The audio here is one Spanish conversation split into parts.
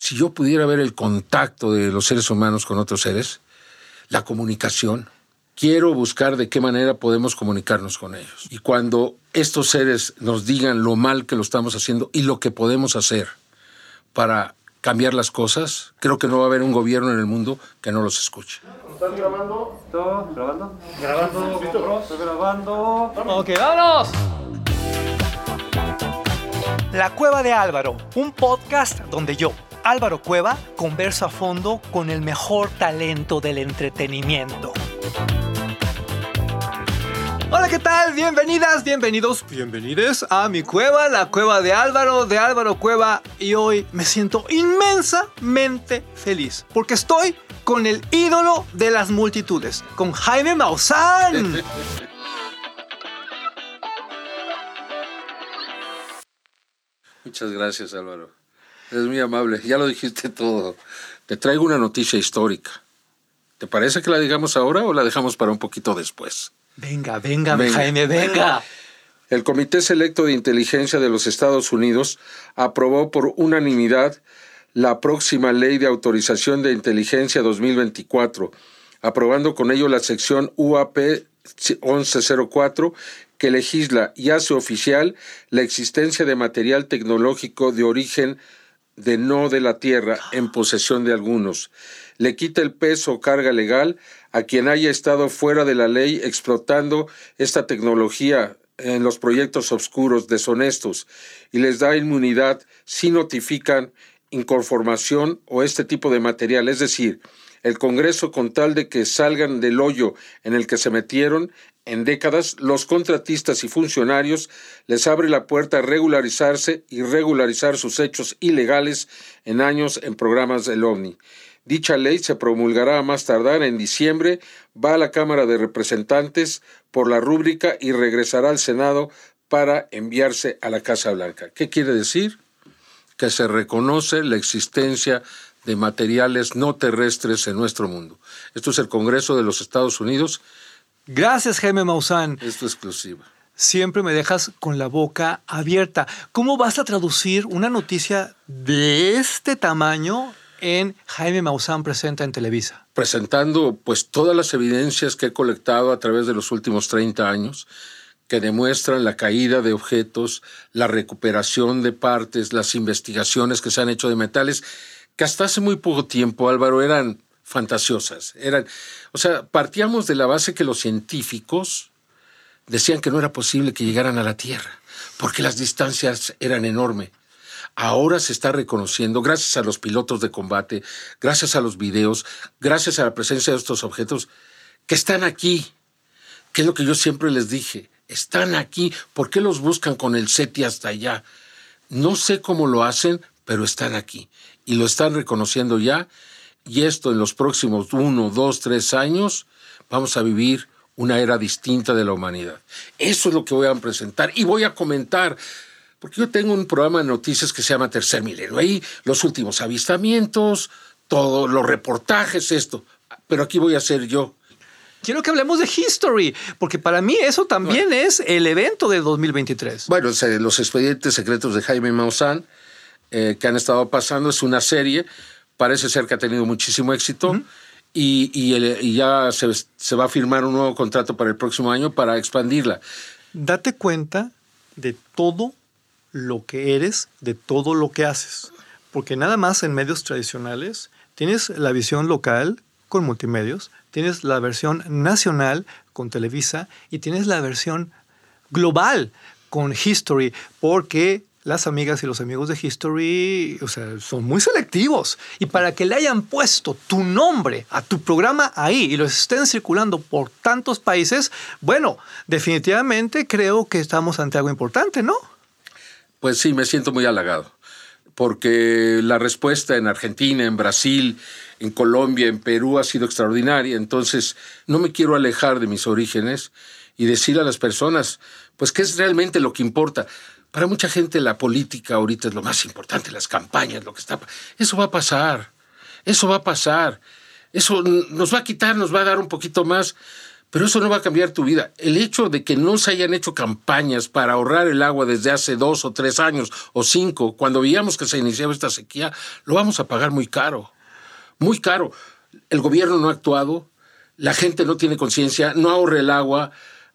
Si yo pudiera ver el contacto de los seres humanos con otros seres, la comunicación, quiero buscar de qué manera podemos comunicarnos con ellos. Y cuando estos seres nos digan lo mal que lo estamos haciendo y lo que podemos hacer para cambiar las cosas, creo que no va a haber un gobierno en el mundo que no los escuche. ¿Están grabando? ¿Todo? ¿Grabando? ¿Grabando? ¿Listo? Estoy grabando. Ok, vámonos. La Cueva de Álvaro, un podcast donde yo, Álvaro Cueva, converso a fondo con el mejor talento del entretenimiento. Hola, ¿qué tal? Bienvenidas, bienvenidos, bienvenides a mi cueva, la Cueva de Álvaro Cueva. Y hoy me siento inmensamente feliz porque estoy con el ídolo de las multitudes, con Jaime Maussan. Muchas gracias, Álvaro. Es muy amable. Ya lo dijiste todo. Te traigo una noticia histórica. ¿Te parece que la digamos ahora o la dejamos para un poquito después? Venga, Jaime, venga. El Comité Selecto de Inteligencia de los Estados Unidos aprobó por unanimidad la próxima Ley de Autorización de Inteligencia 2024, aprobando con ello la sección UAP 1104, que legisla y hace oficial la existencia de material tecnológico de origen no de la Tierra en posesión de algunos. Le quita el peso o carga legal a quien haya estado fuera de la ley explotando esta tecnología en los proyectos oscuros, deshonestos, y les da inmunidad si notifican inconformación o este tipo de material. Es decir, el Congreso, con tal de que salgan del hoyo en el que se metieron en décadas, los contratistas y funcionarios les abre la puerta a regularizarse y regularizar sus hechos ilegales en años en programas del OVNI. Dicha ley se promulgará a más tardar en diciembre, va a la Cámara de Representantes por la rúbrica y regresará al Senado para enviarse a la Casa Blanca. ¿Qué quiere decir? Que se reconoce la existencia de materiales no terrestres en nuestro mundo. Esto es el Congreso de los Estados Unidos. Gracias, Jaime Maussan. Esto es exclusiva. Siempre me dejas con la boca abierta. ¿Cómo vas a traducir una noticia de este tamaño en Jaime Maussan Presenta en Televisa? Presentando pues todas las evidencias que he colectado a través de los últimos 30 años que demuestran la caída de objetos, la recuperación de partes, las investigaciones que se han hecho de metales, que hasta hace muy poco tiempo, Álvaro, eran fantasiosas. Partíamos de la base que los científicos decían que no era posible que llegaran a la Tierra, porque las distancias eran enormes. Ahora se está reconociendo, gracias a los pilotos de combate, gracias a los videos, gracias a la presencia de estos objetos, que están aquí. Que es lo que yo siempre les dije. Están aquí. ¿Por qué los buscan con el SETI hasta allá? No sé cómo lo hacen, pero están aquí. Y lo están reconociendo ya. Y esto en los próximos 1, 2, 3 años vamos a vivir una era distinta de la humanidad. Eso es lo que voy a presentar y voy a comentar. Porque yo tengo un programa de noticias que se llama Tercer Milenio. Ahí los últimos avistamientos, todos los reportajes, esto. Pero aquí voy a ser yo. Quiero que hablemos de History, porque para mí eso también es el evento de 2023. Bueno, los expedientes secretos de Jaime Maussan, que han estado pasando, es una serie, parece ser que ha tenido muchísimo éxito, uh-huh. y ya se va a firmar un nuevo contrato para el próximo año para expandirla. Date cuenta de todo lo que eres, de todo lo que haces, porque nada más en medios tradicionales tienes la visión local con multimedios, tienes la versión nacional con Televisa y tienes la versión global con History, porque las amigas y los amigos de History, son muy selectivos. Y para que le hayan puesto tu nombre a tu programa ahí y los estén circulando por tantos países, bueno, definitivamente creo que estamos ante algo importante, ¿no? Pues sí, me siento muy halagado, porque la respuesta en Argentina, en Brasil, en Colombia, en Perú ha sido extraordinaria. Entonces, no me quiero alejar de mis orígenes y decirle a las personas, pues, qué es realmente lo que importa. Para mucha gente la política ahorita es lo más importante, las campañas, lo que está... Eso va a pasar, eso va a pasar. Eso nos va a quitar, nos va a dar un poquito más, Pero eso no va a cambiar tu vida. El hecho de que no se hayan hecho campañas para ahorrar el agua desde hace 2 o 3 años o 5, cuando veíamos que se iniciaba esta sequía, lo vamos a pagar muy caro. Muy caro. El gobierno no ha actuado, la gente no tiene conciencia, no ahorra el agua,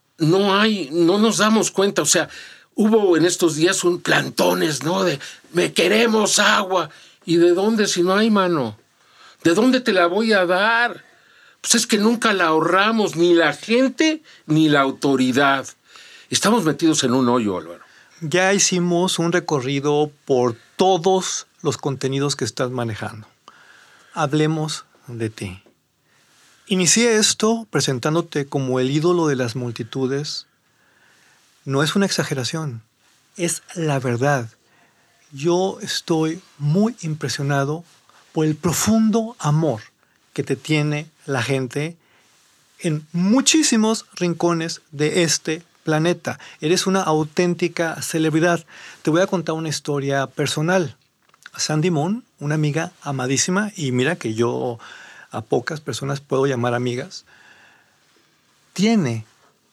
no nos damos cuenta. O sea, hubo en estos días plantones, ¿no? De me queremos agua. ¿Y de dónde si no hay, mano? ¿De dónde te la voy a dar? Pues es que nunca la ahorramos, ni la gente ni la autoridad. Estamos metidos en un hoyo, Álvaro. Ya hicimos un recorrido por todos los contenidos que estás manejando. Hablemos de ti. Inicié esto presentándote como el ídolo de las multitudes. No es una exageración, es la verdad. Yo estoy muy impresionado por el profundo amor que te tiene la gente en muchísimos rincones de este planeta. Eres una auténtica celebridad. Te voy a contar una historia personal. Sandy Moon, una amiga amadísima, y mira que yo a pocas personas puedo llamar amigas, tiene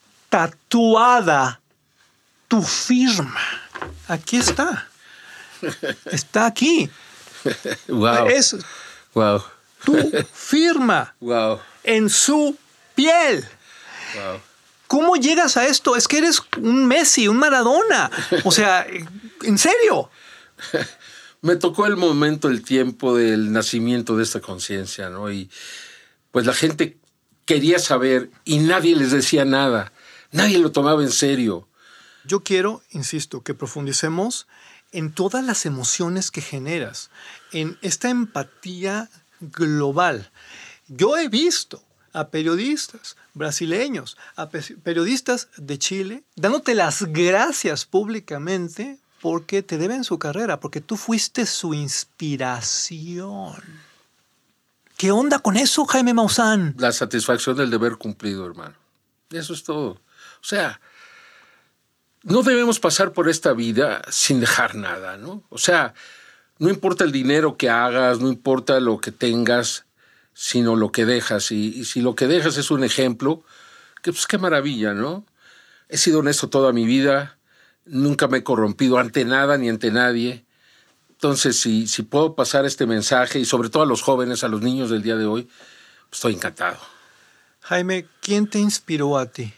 tatuada tu firma. Aquí está. Está aquí. Wow. Es wow. tu firma. Wow. En su piel. Wow. ¿Cómo llegas a esto? Es que eres un Messi, un Maradona. O sea, en serio. Me tocó el momento, el tiempo del nacimiento de esta conciencia, ¿no? Y pues la gente quería saber y nadie les decía nada. Nadie lo tomaba en serio. Yo quiero, insisto, que profundicemos en todas las emociones que generas, en esta empatía global. Yo he visto a periodistas brasileños, a periodistas de Chile, dándote las gracias públicamente porque te deben su carrera, porque tú fuiste su inspiración. ¿Qué onda con eso, Jaime Maussan? La satisfacción del deber cumplido, hermano. Eso es todo. O sea, no debemos pasar por esta vida sin dejar nada, ¿no? O sea, no importa el dinero que hagas, no importa lo que tengas, sino lo que dejas. Y si lo que dejas es un ejemplo, que pues qué maravilla, ¿no? He sido honesto toda mi vida, nunca me he corrompido ante nada ni ante nadie. Entonces, si puedo pasar este mensaje, y sobre todo a los jóvenes, a los niños del día de hoy, pues estoy encantado. Jaime, ¿quién te inspiró a ti?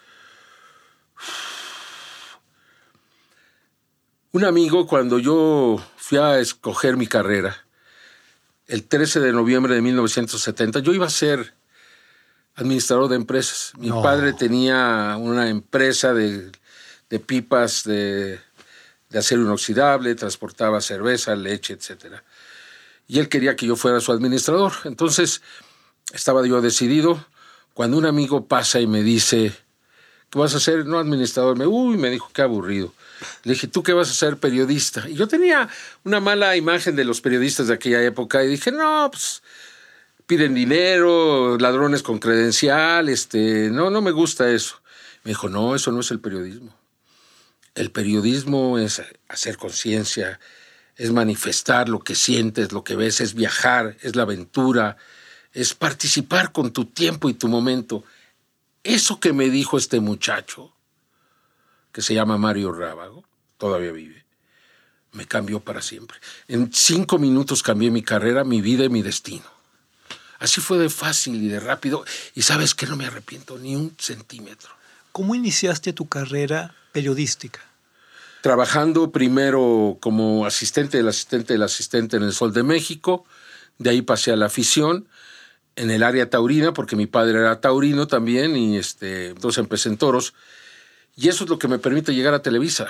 Un amigo, cuando yo fui a escoger mi carrera, el 13 de noviembre de 1970, yo iba a ser administrador de empresas. Mi padre tenía una empresa de pipas de acero inoxidable, transportaba cerveza, leche, etc. Y él quería que yo fuera su administrador. Entonces, estaba yo decidido. Cuando un amigo pasa y me dice, ¿qué vas a hacer? No, administrador. Me dijo, qué aburrido. Le dije, ¿tú qué vas a ser? Periodista. Y yo tenía una mala imagen de los periodistas de aquella época y dije, no, pues piden dinero, ladrones con credencial, no me gusta eso. Me dijo, no, eso no es el periodismo. El periodismo es hacer conciencia, es manifestar lo que sientes, lo que ves, es viajar, es la aventura, es participar con tu tiempo y tu momento. Eso que me dijo este muchacho, que se llama Mario Rábago, todavía vive, me cambió para siempre. En 5 minutos cambié mi carrera, mi vida y mi destino. Así fue de fácil y de rápido. Y ¿sabes qué? No me arrepiento ni un centímetro. ¿Cómo iniciaste tu carrera periodística? Trabajando primero como asistente del asistente en el Sol de México. De ahí pasé a la afición en el área taurina, porque mi padre era taurino también. Y entonces empecé en toros. Y eso es lo que me permite llegar a Televisa.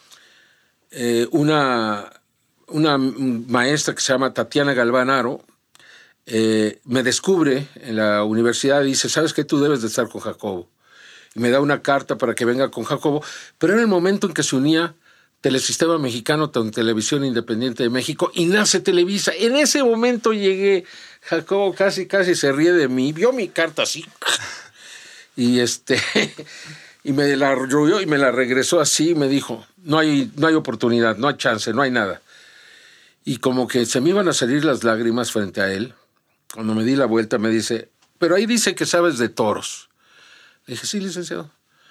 Una maestra que se llama Tatiana Galvanaro me descubre en la universidad y dice, ¿sabes qué? Tú debes de estar con Jacobo. Y me da una carta para que venga con Jacobo. Pero era el momento en que se unía Telesistema Mexicano con Televisión Independiente de México y nace Televisa. En ese momento llegué, Jacobo casi se ríe de mí, vio mi carta así y y me la arrolló y me la regresó así y me dijo, no hay oportunidad, no hay chance, no hay nada. Y como que se me iban a salir las lágrimas frente a él. Cuando me di la vuelta me dice, pero ahí dice que sabes de toros. Le dije, sí, licenciado.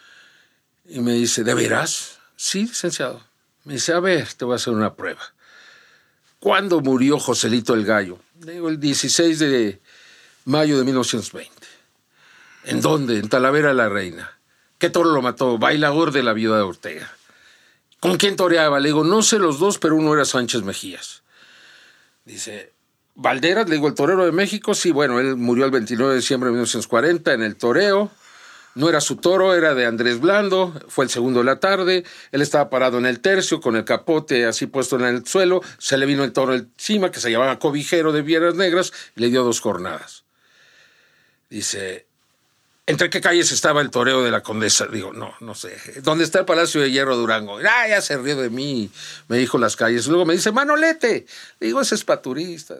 Y me dice, ¿de veras? Sí, licenciado. Me dice, a ver, te voy a hacer una prueba. ¿Cuándo murió Joselito el Gallo? Le digo, el 16 de mayo de 1920. ¿En dónde? En Talavera la Reina. ¿Qué toro lo mató? Bailador de la viuda de Ortega. ¿Con quién toreaba? Le digo, no sé los dos, pero uno era Sánchez Mejías. Dice, ¿Valderas? Le digo, ¿el torero de México? Sí, bueno, él murió el 29 de diciembre de 1940 en el toreo. No era su toro, era de Andrés Blando. Fue el segundo de la tarde. Él estaba parado en el tercio, con el capote así puesto en el suelo. Se le vino el toro encima, que se llamaba Cobijero de Vieras Negras, y le dio 2 jornadas. Dice, ¿entre qué calles estaba el toreo de la Condesa? Digo, no sé. ¿Dónde está el Palacio de Hierro Durango? Ya se rió de mí. Me dijo las calles. Luego me dice, Manolete. Digo, ese es paturista.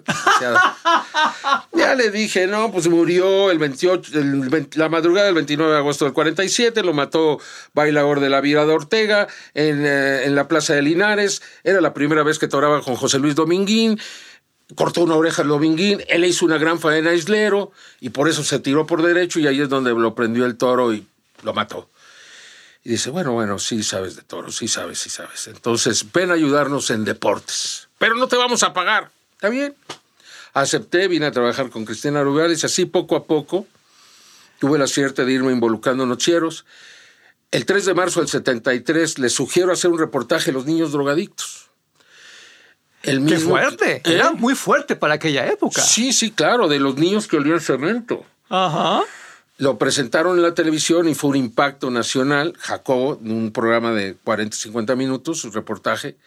Ya le dije, no, pues murió el 28, la madrugada del 29 de agosto del 47. Lo mató Bailador de la Viuda de Ortega en la Plaza de Linares. Era la primera vez que toraba con José Luis Dominguín. Cortó una oreja al Dominguín, él le hizo una gran faena a Islero y por eso se tiró por derecho y ahí es donde lo prendió el toro y lo mató. Y dice, bueno, sí sabes de toros, sí sabes. Entonces, ven a ayudarnos en deportes, pero no te vamos a pagar. ¿Está bien? Acepté, vine a trabajar con Cristina Rubiales y así poco a poco tuve la suerte de irme involucrando en noticieros. El 3 de marzo del 73 les sugiero hacer un reportaje de los niños drogadictos. ¡Qué fuerte! Era muy fuerte para aquella época. Sí, claro, de los niños que olían cemento. Ajá. Lo presentaron en la televisión y fue un impacto nacional. Jacobo, en un programa de 40, 50 minutos, su reportaje.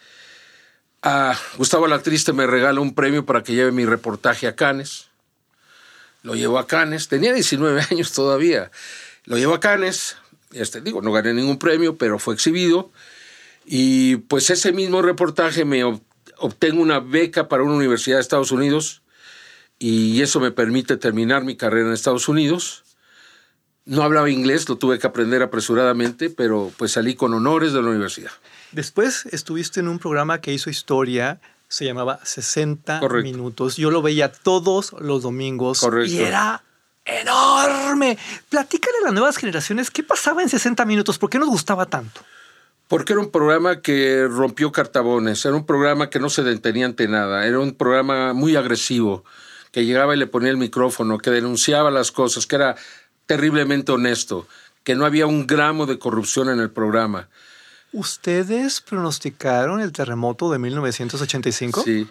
Gustavo Alatriste me regala un premio para que lleve mi reportaje a Cannes. Lo llevo a Cannes. Tenía 19 años todavía. Lo llevo a Cannes. No gané ningún premio, pero fue exhibido. Y pues ese mismo reportaje obtengo una beca para una universidad de Estados Unidos y eso me permite terminar mi carrera en Estados Unidos. No hablaba inglés, lo tuve que aprender apresuradamente, pero pues salí con honores de la universidad. Después estuviste en un programa que hizo historia, se llamaba 60 Correcto. Minutos. Yo lo veía todos los domingos. Correcto. Y era enorme. Platícale a las nuevas generaciones qué pasaba en 60 Minutos, ¿por qué nos gustaba tanto? Porque era un programa que rompió cartabones, era un programa que no se detenía ante nada, era un programa muy agresivo, que llegaba y le ponía el micrófono, que denunciaba las cosas, que era terriblemente honesto, que no había un gramo de corrupción en el programa. ¿Ustedes pronosticaron el terremoto de 1985? Sí,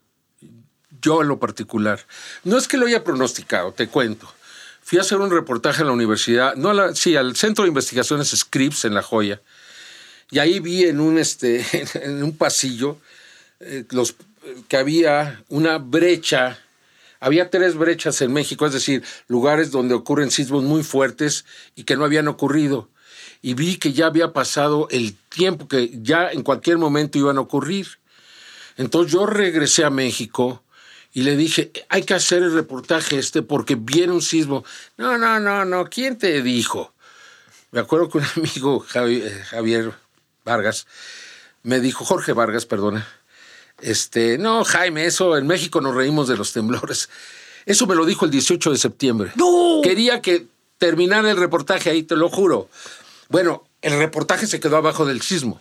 yo en lo particular. No es que lo haya pronosticado, te cuento. Fui a hacer un reportaje en la universidad, al Centro de Investigaciones Scripps en La Joya. Y ahí vi en un pasillo que había una brecha. Había 3 brechas en México, es decir, lugares donde ocurren sismos muy fuertes y que no habían ocurrido. Y vi que ya había pasado el tiempo, que ya en cualquier momento iban a ocurrir. Entonces yo regresé a México y le dije, hay que hacer el reportaje porque viene un sismo. No, ¿quién te dijo? Me acuerdo que un amigo, Javier Vargas, me dijo, Jorge Vargas, perdona, no, Jaime, eso en México nos reímos de los temblores. Eso me lo dijo el 18 de septiembre. ¡No! Quería que terminara el reportaje ahí, te lo juro. Bueno, el reportaje se quedó abajo del sismo.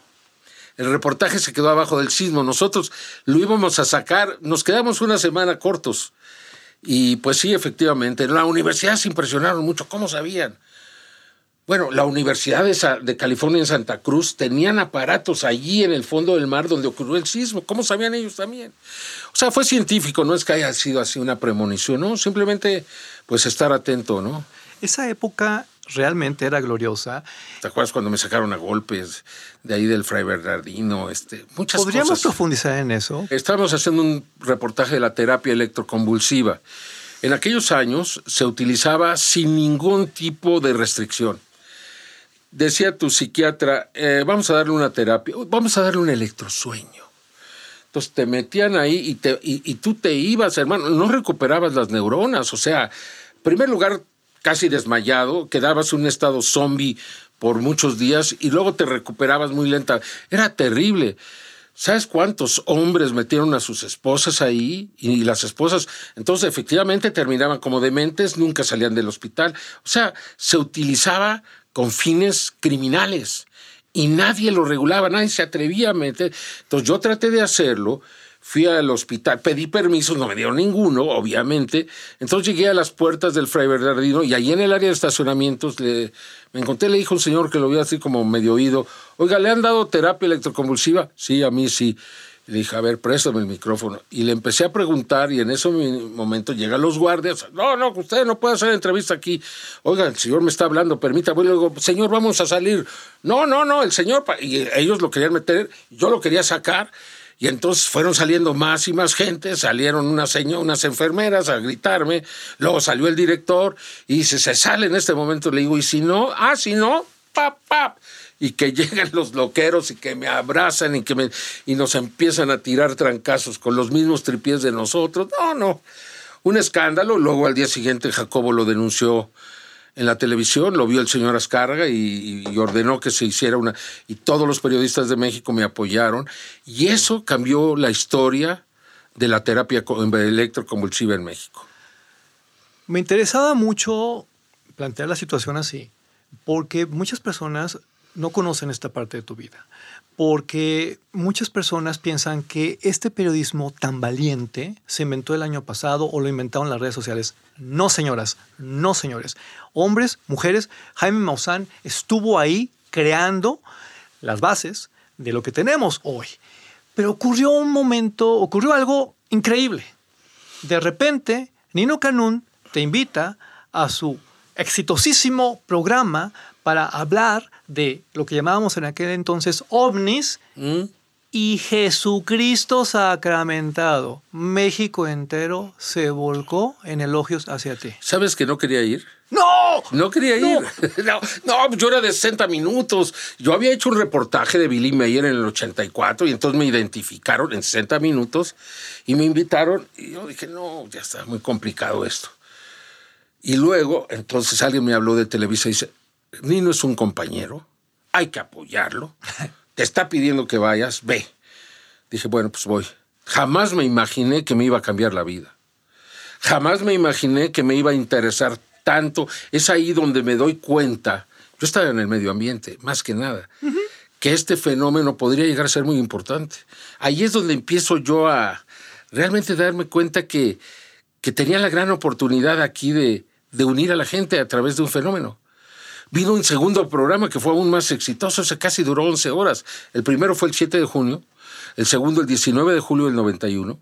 Nosotros lo íbamos a sacar, nos quedamos una semana cortos. Y pues sí, efectivamente, en la universidad se impresionaron mucho. ¿Cómo sabían? Bueno, la Universidad de California en Santa Cruz tenían aparatos allí en el fondo del mar donde ocurrió el sismo. ¿Cómo sabían ellos también? O sea, fue científico, no es que haya sido así una premonición, ¿no? Simplemente, pues, estar atento, ¿no? Esa época realmente era gloriosa. ¿Te acuerdas cuando me sacaron a golpes de ahí del Fray Bernardino? Muchas ¿Podríamos cosas. profundizar en eso? Estábamos haciendo un reportaje de la terapia electroconvulsiva. En aquellos años se utilizaba sin ningún tipo de restricción. Decía tu psiquiatra, vamos a darle una terapia, vamos a darle un electrosueño. Entonces te metían ahí y tú te ibas, hermano, no recuperabas las neuronas. O sea, en primer lugar, casi desmayado, quedabas en un estado zombie por muchos días y luego te recuperabas muy lenta. Era terrible. ¿Sabes cuántos hombres metieron a sus esposas ahí? Y las esposas, entonces efectivamente terminaban como dementes, nunca salían del hospital. O sea, se utilizaba con fines criminales y nadie lo regulaba, nadie se atrevía a meter. Entonces yo traté de hacerlo, fui al hospital, pedí permisos, no me dieron ninguno, obviamente. Entonces llegué a las puertas del Fray Bernardino y allí en el área de estacionamientos me encontré, le dijo un señor que lo vio así como medio oído, oiga, ¿le han dado terapia electroconvulsiva? Sí, a mí sí. Le dije, a ver, préstame el micrófono. Y le empecé a preguntar y en ese momento llegan los guardias. No, usted no puede hacer entrevista aquí. Oiga, el señor me está hablando, permítame. Y luego, señor, vamos a salir. No, el señor... Y ellos lo querían meter, yo lo quería sacar. Y entonces fueron saliendo más y más gente, salieron unas enfermeras a gritarme, luego salió el director y dice, se sale en este momento. Le digo, ¿y si no? Si no, pap. Y que llegan los loqueros y que me abrazan y nos empiezan a tirar trancazos con los mismos tripiés de nosotros. No, un escándalo. Luego al día siguiente Jacobo lo denunció en la televisión, lo vio el señor Azcárraga y ordenó que se hiciera y todos los periodistas de México me apoyaron y eso cambió la historia de la terapia electroconvulsiva en México. Me interesaba mucho plantear la situación así, porque muchas personas no conocen esta parte de tu vida, porque muchas personas piensan que este periodismo tan valiente se inventó el año pasado o lo inventaron las redes sociales. No, señoras, no, señores. Hombres, mujeres, Jaime Maussan estuvo ahí creando las bases de lo que tenemos hoy. Pero ocurrió algo increíble. De repente, Nino Canún te invita a su exitosísimo programa para hablar de lo que llamábamos en aquel entonces ovnis y Jesucristo sacramentado. México entero se volcó en elogios hacia ti. ¿Sabes que no quería ir? ¡No! No quería ir. No, yo era de 60 minutos. Yo había hecho un reportaje de Billy Mayer en el 84 y entonces me identificaron en 60 minutos y me invitaron y yo dije, no, ya está muy complicado esto. Y luego, entonces alguien me habló de Televisa y dice, Nino es un compañero, hay que apoyarlo, te está pidiendo que vayas, ve. Dije, bueno, pues voy. Jamás me imaginé que me iba a cambiar la vida. Jamás me imaginé que me iba a interesar tanto. Es ahí donde me doy cuenta, yo estaba en el medio ambiente, más que nada, que este fenómeno podría llegar a ser muy importante. Ahí es donde empiezo yo a realmente darme cuenta que tenía la gran oportunidad aquí de unir a la gente a través de un fenómeno. Vino un segundo programa que fue aún más exitoso, ese casi duró 11 horas. El primero fue el 7 de junio, el segundo el 19 de julio del 91,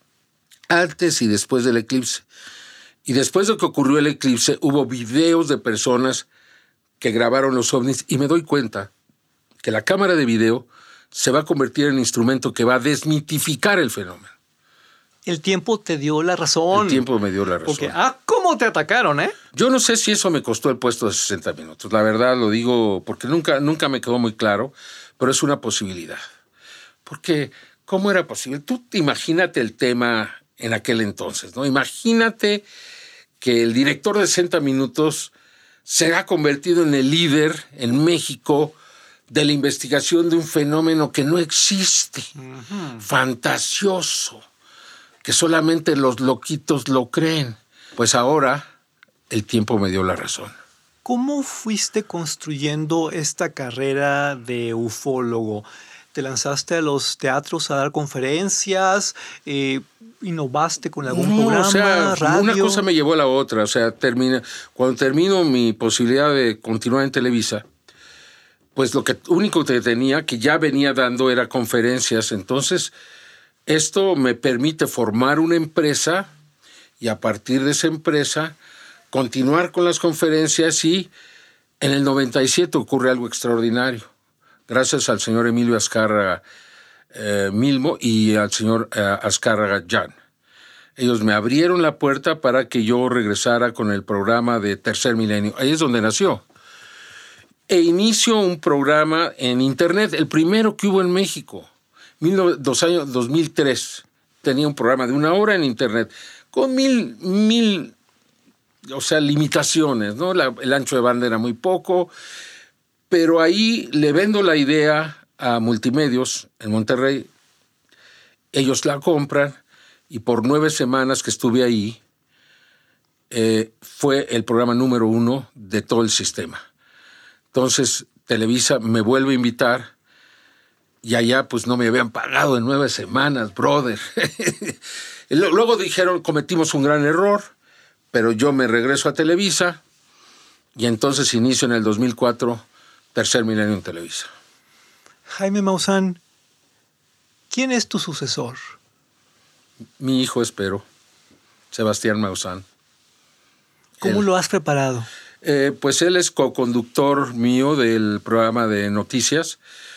antes y después del eclipse. Y después de que ocurrió el eclipse, hubo videos de personas que grabaron los ovnis y me doy cuenta que la cámara de video se va a convertir en instrumento que va a desmitificar el fenómeno. El tiempo te dio la razón. El tiempo me dio la razón. Porque, ¿cómo te atacaron, Yo no sé si eso me costó el puesto de 60 minutos. La verdad lo digo porque nunca me quedó muy claro, pero es una posibilidad. Porque, ¿cómo era posible? Tú imagínate el tema en aquel entonces, ¿no? Imagínate que el director de 60 minutos se ha convertido en el líder en México de la investigación de un fenómeno que no existe, fantasioso, que solamente los loquitos lo creen. Pues ahora el tiempo me dio la razón. ¿Cómo fuiste construyendo esta carrera de ufólogo? ¿Te lanzaste a los teatros a dar conferencias? ¿Innovaste con algún programa, radio? Una cosa me llevó a la otra. O sea, cuando termino mi posibilidad de continuar en Televisa, pues lo único que tenía, que ya venía dando, era conferencias. Entonces, esto me permite formar una empresa y a partir de esa empresa continuar con las conferencias y en el 97 ocurre algo extraordinario. Gracias al señor Emilio Azcárraga Milmo y al señor Azcárraga Jan. Ellos me abrieron la puerta para que yo regresara con el programa de Tercer Milenio. Ahí es donde nació. E inicio un programa en Internet, el primero que hubo en México. 2003 tenía un programa de 1 hora en Internet con mil limitaciones, ¿no? El ancho de banda era muy poco, pero ahí le vendo la idea a Multimedios en Monterrey ellos la compran y por 9 semanas que estuve ahí, fue el programa número 1 de todo el sistema. Entonces, Televisa me vuelve a invitar y allá pues no me habían pagado en 9 semanas, brother. Luego dijeron, cometimos un gran error, pero yo me regreso a Televisa y entonces inicio en el 2004 Tercer Milenio en Televisa. Jaime Maussan, ¿quién es tu sucesor? Mi hijo, espero, Sebastián Maussan. ¿Cómo lo has preparado? Pues él es coconductor mío del programa de noticias.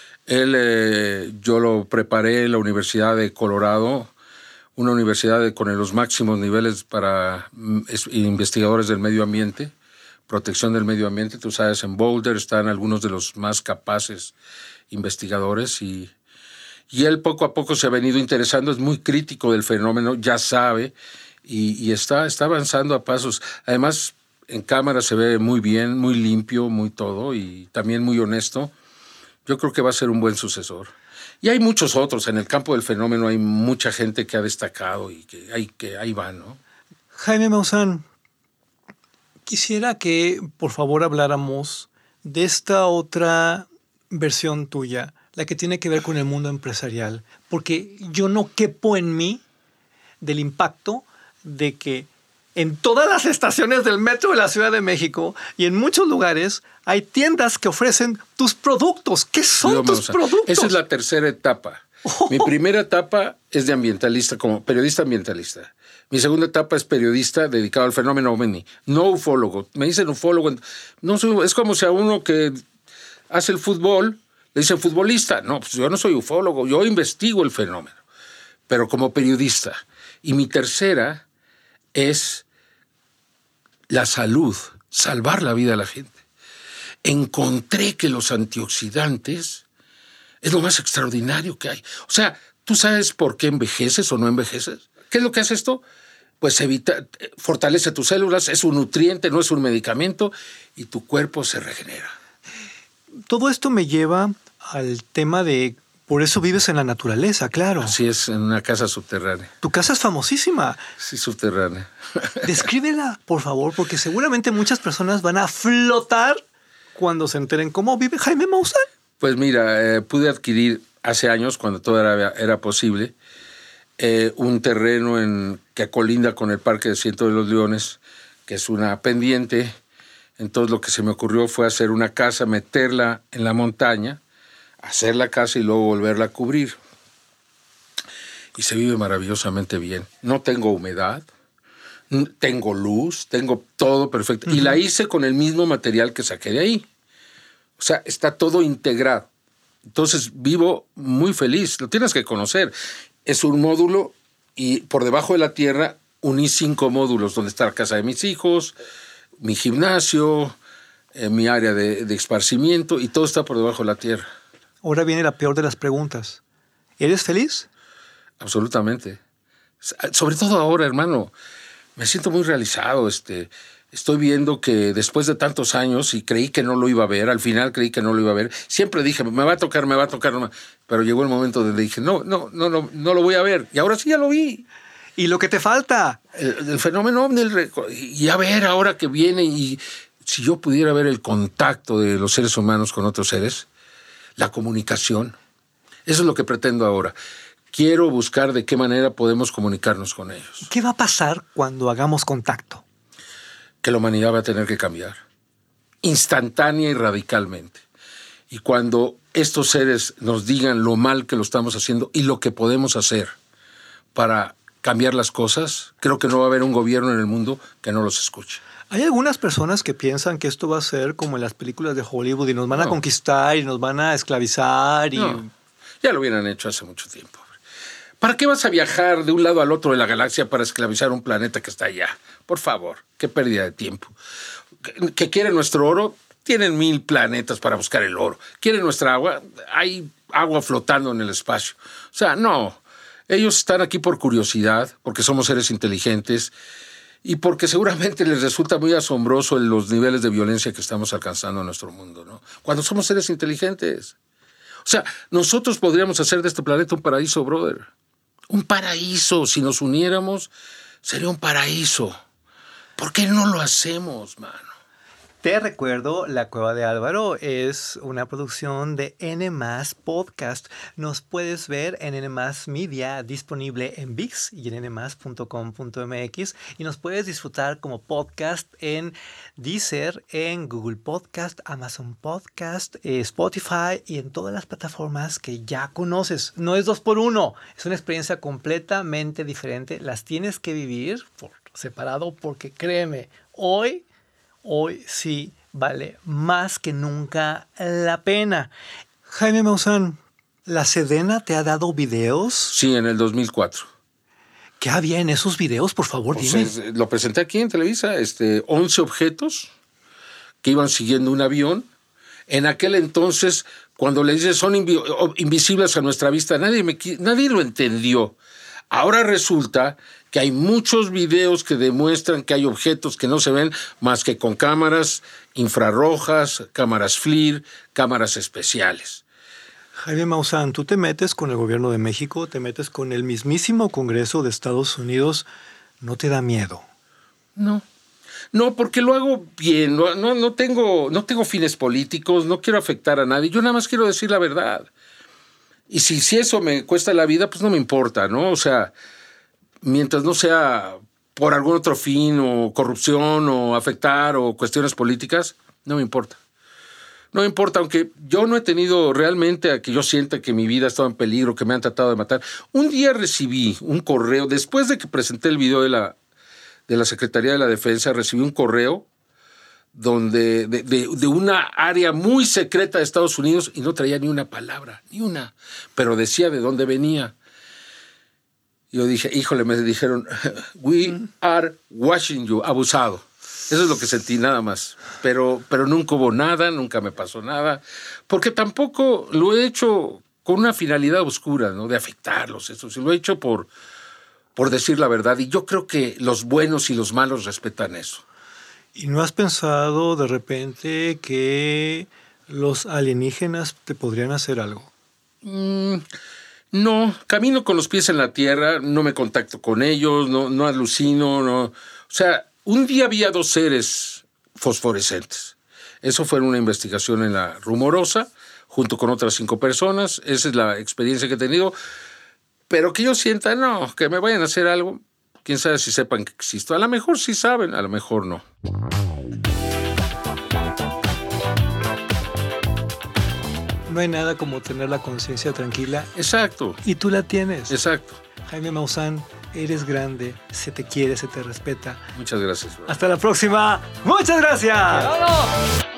Yo lo preparé en la Universidad de Colorado, una universidad con los máximos niveles para investigadores del medio ambiente, protección del medio ambiente. Tú sabes, en Boulder están algunos de los más capaces investigadores y él poco a poco se ha venido interesando, es muy crítico del fenómeno, ya sabe, y está avanzando a pasos. Además, en cámara se ve muy bien, muy limpio, muy todo, y también muy honesto. Yo creo que va a ser un buen sucesor. Y hay muchos otros. En el campo del fenómeno hay mucha gente que ha destacado y que ahí va, ¿no? Jaime Maussan, quisiera que por favor habláramos de esta otra versión tuya, la que tiene que ver con el mundo empresarial, porque yo no quepo en mí del impacto de que en todas las estaciones del metro de la Ciudad de México y en muchos lugares hay tiendas que ofrecen tus productos. ¿Qué son tus productos? Esa es la tercera etapa. Mi primera etapa es de ambientalista, como periodista ambientalista. Mi segunda etapa es periodista dedicado al fenómeno OVNI, no ufólogo. Me dicen ufólogo. No soy, es como si a uno que hace el fútbol le dicen futbolista. No, pues yo no soy ufólogo, yo investigo el fenómeno, pero como periodista. Y mi tercera es la salud, salvar la vida a la gente. Encontré que los antioxidantes es lo más extraordinario que hay. O sea, ¿tú sabes por qué envejeces o no envejeces? ¿Qué es lo que hace esto? Pues fortalece tus células, es un nutriente, no es un medicamento, y tu cuerpo se regenera. Todo esto me lleva al tema de... Por eso vives en la naturaleza, claro. Así es, en una casa subterránea. Tu casa es famosísima. Sí, subterránea. Descríbela, por favor, porque seguramente muchas personas van a flotar cuando se enteren cómo vive Jaime Maussan. Pues mira, pude adquirir hace años, cuando todo era posible, un terreno que colinda con el Parque de Ciento de los Leones, que es una pendiente. Entonces lo que se me ocurrió fue hacer una casa, meterla en la montaña, hacer la casa y luego volverla a cubrir. Y se vive maravillosamente bien. No tengo humedad, tengo luz, tengo todo perfecto. Y la hice con el mismo material que saqué de ahí. O sea, está todo integrado. Entonces vivo muy feliz. Lo tienes que conocer. Es un módulo y por debajo de la tierra uní 5 módulos, donde está la casa de mis hijos, mi gimnasio, mi área de esparcimiento, y todo está por debajo de la tierra. Ahora viene la peor de las preguntas. ¿Eres feliz? Absolutamente. Sobre todo ahora, hermano. Me siento muy realizado. Estoy viendo que después de tantos años, y creí que no lo iba a ver, al final creí que no lo iba a ver. Siempre dije, me va a tocar. Pero llegó el momento donde dije, no lo voy a ver. Y ahora sí ya lo vi. ¿Y lo que te falta? El fenómeno OVNI, y a ver ahora que viene, y si yo pudiera ver el contacto de los seres humanos con otros seres, la comunicación. Eso es lo que pretendo ahora. Quiero buscar de qué manera podemos comunicarnos con ellos. ¿Qué va a pasar cuando hagamos contacto? Que la humanidad va a tener que cambiar, instantánea y radicalmente. Y cuando estos seres nos digan lo mal que lo estamos haciendo y lo que podemos hacer para cambiar las cosas, creo que no va a haber un gobierno en el mundo que no los escuche. Hay algunas personas que piensan que esto va a ser como en las películas de Hollywood y nos van a conquistar y nos van a esclavizar. No, ya lo hubieran hecho hace mucho tiempo. ¿Para qué vas a viajar de un lado al otro de la galaxia para esclavizar un planeta que está allá? Por favor, qué pérdida de tiempo. ¿Que quieren nuestro oro? Tienen 1000 planetas para buscar el oro. ¿Quieren nuestra agua? Hay agua flotando en el espacio. O sea, no. Ellos están aquí por curiosidad, porque somos seres inteligentes y porque seguramente les resulta muy asombroso los niveles de violencia que estamos alcanzando en nuestro mundo, ¿no? Cuando somos seres inteligentes. O sea, nosotros podríamos hacer de este planeta un paraíso, brother. Un paraíso. Si nos uniéramos, sería un paraíso. ¿Por qué no lo hacemos, mano? Te recuerdo, La Cueva de Álvaro es una producción de N+ Podcast. Nos puedes ver en N+ Media, disponible en ViX y en nmas.com.mx, y nos puedes disfrutar como podcast en Deezer, en Google Podcast, Amazon Podcast, Spotify y en todas las plataformas que ya conoces. No es 2x1, es una experiencia completamente diferente. Las tienes que vivir por separado porque créeme, Hoy sí vale más que nunca la pena. Jaime Maussan, ¿la Sedena te ha dado videos? Sí, en el 2004. ¿Qué había en esos videos? Por favor, dime. Lo presenté aquí en Televisa, 11 objetos que iban siguiendo un avión. En aquel entonces, cuando le dices son invisibles a nuestra vista, nadie lo entendió. Ahora resulta que hay muchos videos que demuestran que hay objetos que no se ven más que con cámaras infrarrojas, cámaras FLIR, cámaras especiales. Jaime Maussan, tú te metes con el gobierno de México, te metes con el mismísimo Congreso de Estados Unidos. ¿No te da miedo? No, porque lo hago bien. No tengo fines políticos, no quiero afectar a nadie. Yo nada más quiero decir la verdad. Y si eso me cuesta la vida, pues no me importa, ¿no? O sea, mientras no sea por algún otro fin o corrupción o afectar o cuestiones políticas, no me importa. No me importa, aunque yo no he tenido realmente a que yo sienta que mi vida estaba en peligro, que me han tratado de matar. Un día recibí un correo, después de que presenté el video de la Secretaría de la Defensa, recibí un correo donde de una área muy secreta de Estados Unidos y no traía ni una palabra, ni una, pero decía de dónde venía. Yo dije, híjole, me dijeron, we are watching you, abusado. Eso es lo que sentí nada más. Pero nunca hubo nada, nunca me pasó nada, porque tampoco lo he hecho con una finalidad oscura, ¿no? De afectarlos, eso sí, lo he hecho por decir la verdad, y yo creo que los buenos y los malos respetan eso. ¿Y no has pensado de repente que los alienígenas te podrían hacer algo? No, camino con los pies en la tierra, no me contacto con ellos, no alucino, no. O sea, un día había 2 seres fosforescentes. Eso fue en una investigación en la Rumorosa, junto con otras 5 personas. Esa es la experiencia que he tenido. Pero que yo sienta, no, que me vayan a hacer algo, quién sabe si sepan que existo. A lo mejor sí saben, a lo mejor no. No hay nada como tener la conciencia tranquila. Exacto. Y tú la tienes. Exacto. Jaime Maussan, eres grande, se te quiere, se te respeta. Muchas gracias, bro. Hasta la próxima. ¡Muchas gracias! ¡Vámonos!